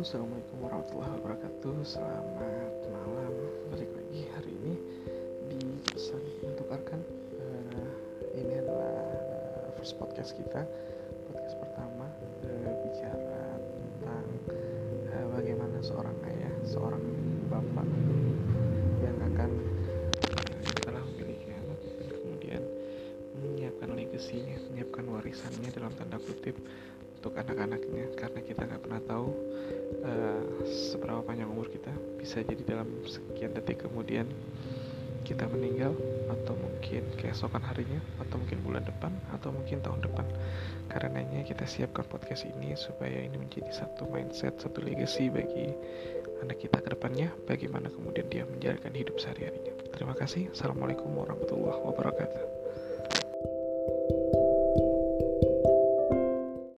Assalamualaikum warahmatullahi wabarakatuh. Selamat malam. Balik lagi hari ini di pesan untuk Arkan. Ini adalah first podcast kita, podcast pertama, bicara tentang bagaimana seorang ayah, seorang bapak yang akan telah memiliki anak dan kemudian menyiapkan legasinya, menyiapkan warisannya dalam tanda kutip untuk anak-anaknya, karena kita nggak pernah tahu seberapa panjang umur kita. Bisa jadi dalam sekian detik kemudian kita meninggal, atau mungkin keesokan harinya, atau mungkin bulan depan, atau mungkin tahun depan. Karenanya kita siapkan podcast ini supaya ini menjadi satu mindset, satu legacy bagi anak kita ke depannya, bagaimana kemudian dia menjalankan hidup sehari-harinya. Terima kasih. Assalamualaikum warahmatullahi wabarakatuh.